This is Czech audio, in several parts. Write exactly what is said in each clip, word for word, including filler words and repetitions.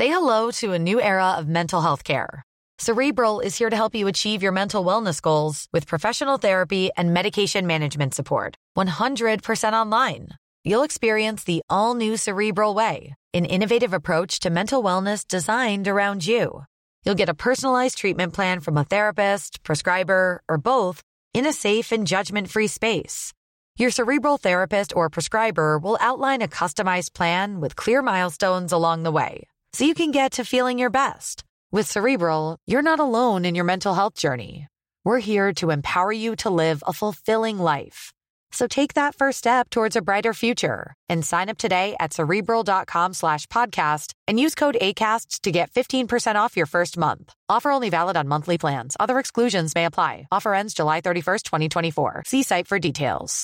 Say hello to a new era of mental health care. Cerebral is here to help you achieve your mental wellness goals with professional therapy and medication management support. one hundred percent online. You'll experience the all-new Cerebral Way, an innovative approach to mental wellness designed around you. You'll get a personalized treatment plan from a therapist, prescriber, or both in a safe and judgment-free space. Your Cerebral therapist or prescriber will outline a customized plan with clear milestones along the way, so you can get to feeling your best. With Cerebral, you're not alone in your mental health journey. We're here to empower you to live a fulfilling life. So take that first step towards a brighter future and sign up today at Cerebral.com slash podcast and use code ACAST to get fifteen percent off your first month. Offer only valid on monthly plans. Other exclusions may apply. Offer ends July thirty-first, twenty twenty-four. See site for details.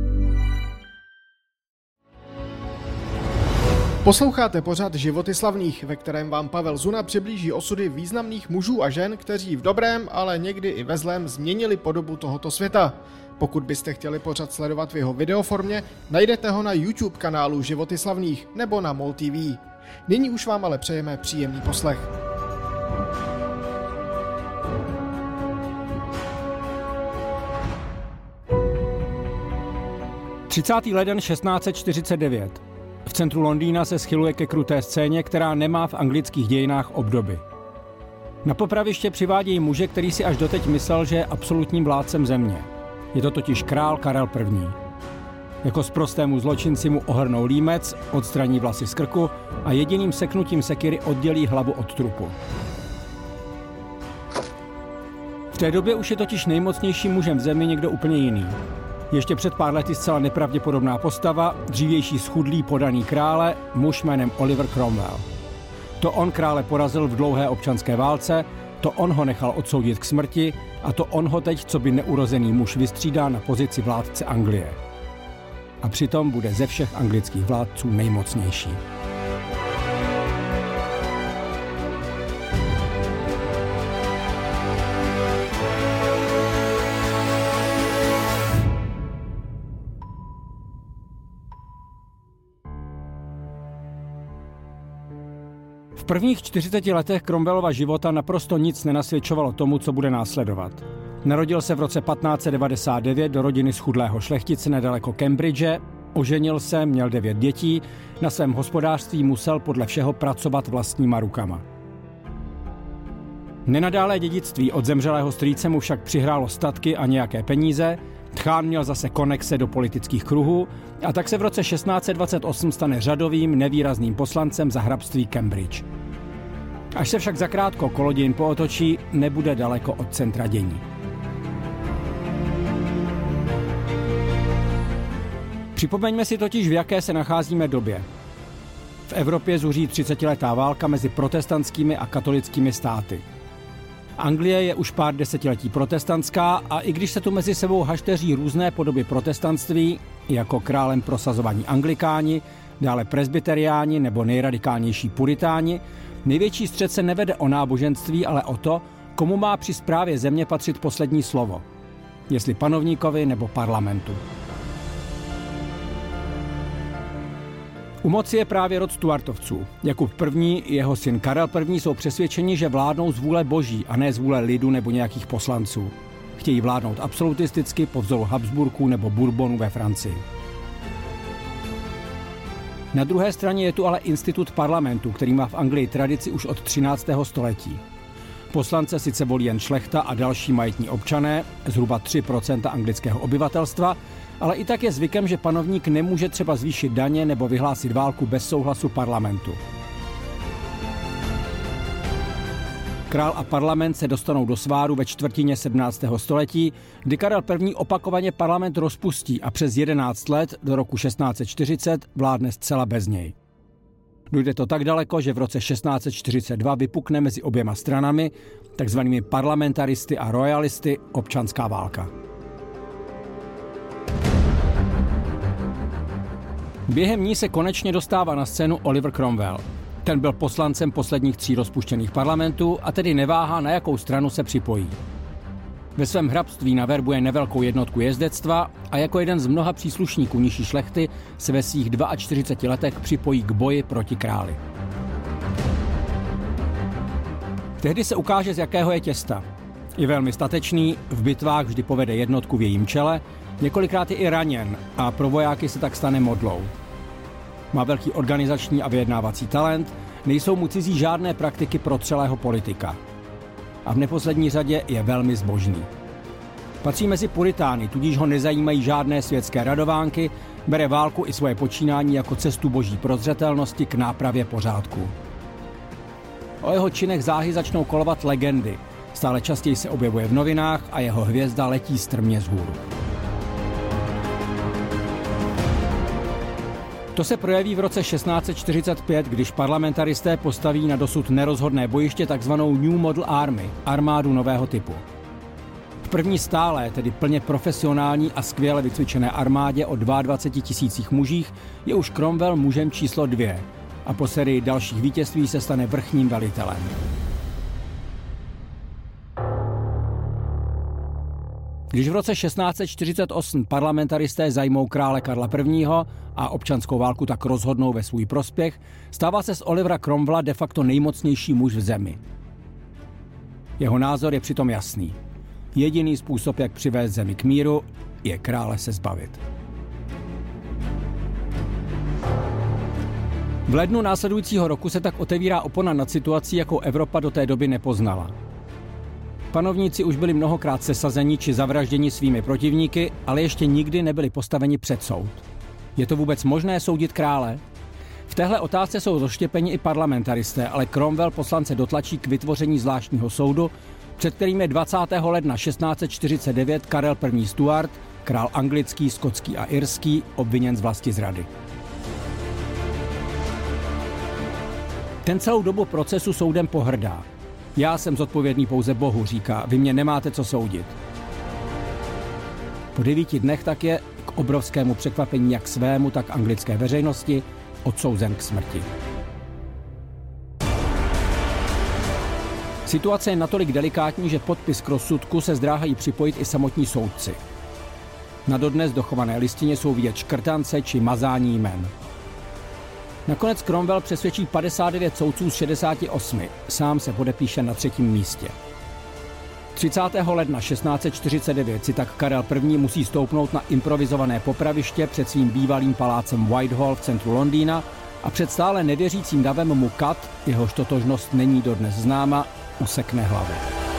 Posloucháte pořad Životy slavných, ve kterém vám Pavel Zuna přiblíží osudy významných mužů a žen, kteří v dobrém, ale někdy i ve zlém změnili podobu tohoto světa. Pokud byste chtěli pořad sledovat v jeho videoformě, najdete ho na YouTube kanálu Životy slavných nebo na MOL T V. Nyní už vám ale přejeme příjemný poslech. třicátý leden šestnáct set čtyřicet devět. V centru Londýna se schyluje ke kruté scéně, která nemá v anglických dějinách obdoby. Na popraviště přivádějí muže, který si až doteď myslel, že je absolutním vládcem země. Je to totiž král Karel první. Jako sprostému zločinci mu ohrnou límec, odstraní vlasy z krku a jediným seknutím sekyry oddělí hlavu od trupu. V té době už je totiž nejmocnějším mužem v zemi někdo úplně jiný. Ještě před pár lety zcela nepravděpodobná postava, dřívější schudlý podaný krále, muž jménem Oliver Cromwell. To on krále porazil v dlouhé občanské válce, to on ho nechal odsoudit k smrti a to on ho teď, co by neurozený muž, vystřídá na pozici vládce Anglie. A přitom bude ze všech anglických vládců nejmocnější. V prvních čtyřiceti letech Cromwellova života naprosto nic nenasvědčovalo tomu, co bude následovat. Narodil se v roce patnáct set devadesát devět do rodiny schudlého šlechtice nedaleko Cambridge, oženil se, měl devět dětí, na svém hospodářství musel podle všeho pracovat vlastníma rukama. Nenadálé dědictví od zemřelého strýce mu však přihrálo statky a nějaké peníze, Tchán měl zase konexe do politických kruhů a tak se v roce šestnáct set dvacet osm stane řadovým nevýrazným poslancem za hrabství Cambridge. Až se však zakrátko kolo dějin pootočí, nebude daleko od centra dění. Připomeňme si totiž, v jaké se nacházíme době. V Evropě zuří třicetiletá válka mezi protestantskými a katolickými státy. Anglie je už pár desetiletí protestantská a i když se tu mezi sebou hašteří různé podoby protestantství, jako králem prosazovaní anglikáni, dále presbyteriáni nebo nejradikálnější puritáni, největší střet se nevede o náboženství, ale o to, komu má při správě země patřit poslední slovo. Jestli panovníkovi nebo parlamentu. U moci je právě rod Stuartovců. Jakub první i jeho syn Karel první jsou přesvědčeni, že vládnou z vůle boží a ne z vůle lidu nebo nějakých poslanců. Chtějí vládnout absolutisticky po vzoru Habsburků nebo Bourbonů ve Francii. Na druhé straně je tu ale institut parlamentu, který má v Anglii tradici už od třináctého století. Poslance sice volí jen šlechta a další majetní občané, zhruba tři procenta anglického obyvatelstva, ale i tak je zvykem, že panovník nemůže třeba zvýšit daně nebo vyhlásit válku bez souhlasu parlamentu. Král a parlament se dostanou do sváru ve čtvrtině sedmnáctého století, kdy Karel první opakovaně parlament rozpustí a přes jedenáct let do roku šestnáct set čtyřicet vládne zcela bez něj. Dojde to tak daleko, že v roce šestnáct set čtyřicet dva vypukne mezi oběma stranami, takzvanými parlamentaristy a royalisty, občanská válka. Během ní se konečně dostává na scénu Oliver Cromwell. Ten byl poslancem posledních tří rozpuštěných parlamentů a tedy neváhá, na jakou stranu se připojí. Ve svém hrabství naverbuje nevelkou jednotku jezdectva a jako jeden z mnoha příslušníků nižší šlechty se ve svých čtyřiceti dvou letech připojí k boji proti králi. Tehdy se ukáže, z jakého je těsta. Je velmi statečný, v bitvách vždy povede jednotku v jejím čele, několikrát je i raněn a pro vojáky se tak stane modlou. Má velký organizační a vyjednávací talent, nejsou mu cizí žádné praktiky protřelého politika. A v neposlední řadě je velmi zbožný. Patří mezi puritány, tudíž ho nezajímají žádné světské radovánky, bere válku i svoje počínání jako cestu boží prozřetelnosti k nápravě pořádku. O jeho činech záhy začnou kolovat legendy, stále častěji se objevuje v novinách a jeho hvězda letí strmě vzhůru. To se projeví v roce šestnáct set čtyřicet pět, když parlamentaristé postaví na dosud nerozhodné bojiště takzvanou New Model Army, armádu nového typu. V první stálé, tedy plně profesionální a skvěle vycvičené armádě o dvaceti dvou tisících mužích je už Cromwell mužem číslo dvě a po sérii dalších vítězství se stane vrchním velitelem. Když v roce šestnáct set čtyřicet osm parlamentaristé zajmou krále Karla prvního. a občanskou válku tak rozhodnou ve svůj prospěch, stává se z Olivera Cromwella de facto nejmocnější muž v zemi. Jeho názor je přitom jasný. Jediný způsob, jak přivést zemi k míru, je krále se zbavit. V lednu následujícího roku se tak otevírá opona nad situací, jakou Evropa do té doby nepoznala. Panovníci už byli mnohokrát sesazeni či zavražděni svými protivníky, ale ještě nikdy nebyli postaveni před soud. Je to vůbec možné soudit krále? V téhle otázce jsou rozštěpeni i parlamentaristé, ale Cromwell poslance dotlačí k vytvoření zvláštního soudu, před kterým je dvacátého ledna šestnáct set čtyřicet devět Karel první. Stuart, král anglický, skotský a irský, obviněn z vlastizrady. Ten celou dobu procesu soudem pohrdá. Já jsem zodpovědný pouze Bohu, říká, vy mě nemáte co soudit. Po devíti dnech tak je, k obrovskému překvapení jak svému, tak anglické veřejnosti, odsouzen k smrti. Situace je natolik delikátní, že podpis k rozsudku se zdráhají připojit i samotní soudci. Na dodnes dochované listině jsou vidět škrtance či mazání jmen. Nakonec Cromwell přesvědčí padesát devět soudců z šedesáti osmi, sám se podepíše na třetím místě. třicátého ledna šestnáct set čtyřicet devět si tak Karel první. musí stoupnout na improvizované popraviště před svým bývalým palácem Whitehall v centru Londýna a před stále nevěřícím davem mu kat, jehož totožnost není dodnes známa, usekne hlavu.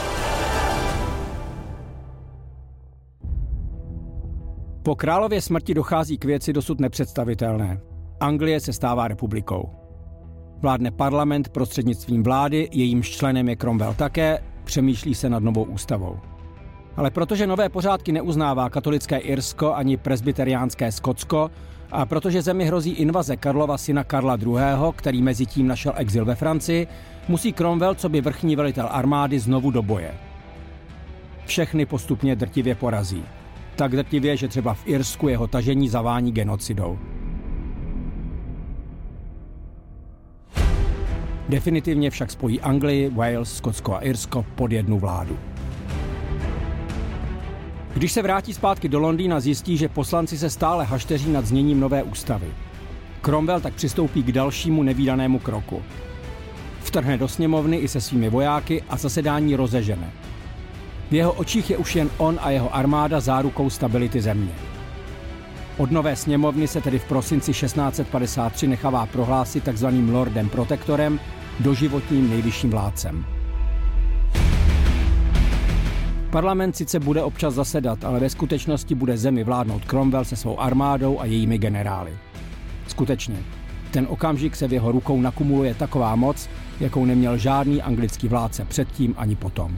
Po králově smrti dochází k věci dosud nepředstavitelné. Anglie se stává republikou. Vládne parlament prostřednictvím vlády, jejímž členem je Cromwell také, přemýšlí se nad novou ústavou. Ale protože nové pořádky neuznává katolické Irsko ani presbyteriánské Skotsko a protože zemi hrozí invaze Karlova syna Karla druhého., který mezi tím našel exil ve Francii, musí Cromwell coby vrchní velitel armády znovu do boje. Všechny postupně drtivě porazí. Tak drtivě, že třeba v Irsku jeho tažení zavání genocidou. Definitivně však spojí Anglii, Wales, Skotsko a Irsko pod jednu vládu. Když se vrátí zpátky do Londýna, zjistí, že poslanci se stále hašteří nad zněním nové ústavy. Cromwell tak přistoupí k dalšímu nevídanému kroku. Vtrhne do sněmovny i se svými vojáky a zasedání rozežene. V jeho očích je už jen on a jeho armáda zárukou stability země. Od nové sněmovny se tedy v prosinci šestnáct set padesát tři nechává prohlásit takzvaným lordem protektorem, doživotním nejvyšším vládcem. Parlament sice bude občas zasedat, ale ve skutečnosti bude zemi vládnout Cromwell se svou armádou a jejími generály. Skutečně, ten okamžik se v jeho rukou nakumuluje taková moc, jakou neměl žádný anglický vládce předtím ani potom.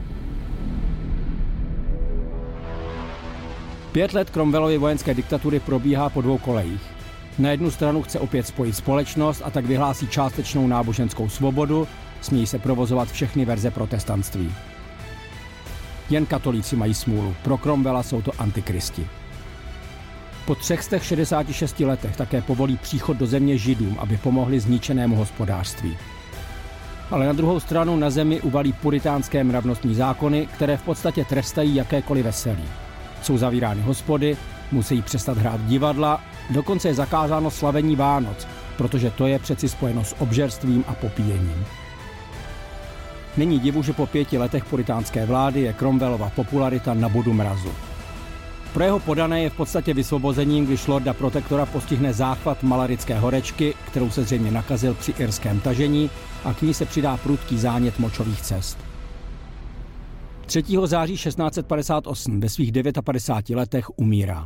Pět let Cromwellovy vojenské diktatury probíhá po dvou kolejích. Na jednu stranu chce opět spojit společnost a tak vyhlásí částečnou náboženskou svobodu, smějí se provozovat všechny verze protestantství. Jen katolíci mají smůlu, pro Cromwella jsou to antikristi. Po třech stech šedesáti šesti letech také povolí příchod do země Židům, aby pomohli zničenému hospodářství. Ale na druhou stranu na zemi uvalí puritánské mravnostní zákony, které v podstatě trestají jakékoliv veselí. Jsou zavírány hospody, musí přestat hrát divadla, dokonce je zakázáno slavení Vánoc, protože to je přeci spojeno s obžerstvím a popíjením. Není divu, že po pěti letech puritánské vlády je Cromwellova popularita na bodu mrazu. Pro jeho podané je v podstatě vysvobozením, když lorda protektora postihne záchvat malarické horečky, kterou se zřejmě nakazil při irském tažení, a k ní se přidá prudký zánět močových cest. třetího září šestnáct set padesát osm ve svých padesáti devíti letech umírá.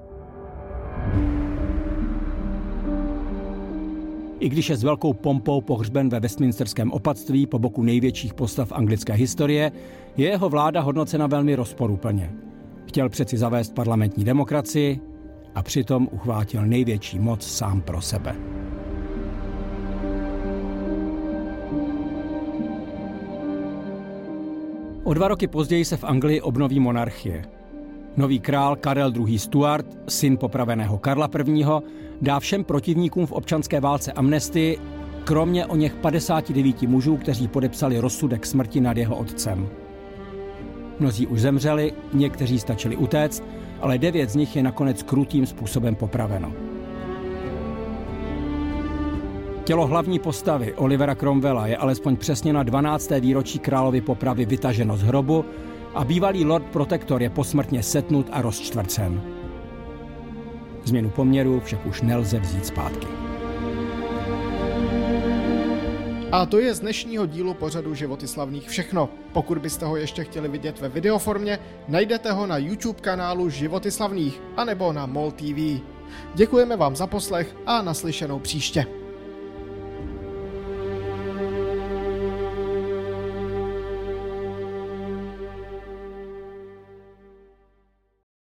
I když je s velkou pompou pohřben ve Westminsterském opatství po boku největších postav anglické historie, je jeho vláda hodnocena velmi rozporuplně. Chtěl přeci zavést parlamentní demokracii a přitom uchvátil největší moc sám pro sebe. O dva roky později se v Anglii obnoví monarchie. Nový král Karel druhý. Stuart, syn popraveného Karla prvního., dá všem protivníkům v občanské válce amnestii, kromě o něch padesáti devíti mužů, kteří podepsali rozsudek smrti nad jeho otcem. Mnozí už zemřeli, někteří stačili utéct, ale devět z nich je nakonec krutým způsobem popraveno. Tělo hlavní postavy Olivera Cromwella je alespoň přesně na dvanácté výročí královy popravy vytaženo z hrobu a bývalý lord protektor je posmrtně setnut a rozčtvrcen. Změnu poměru však už nelze vzít zpátky. A to je z dnešního dílu pořadu Životy slavných všechno. Pokud byste ho ještě chtěli vidět ve videoformě, najdete ho na YouTube kanálu Životy slavných anebo na M O L T V. Děkujeme vám za poslech a naslyšenou příště.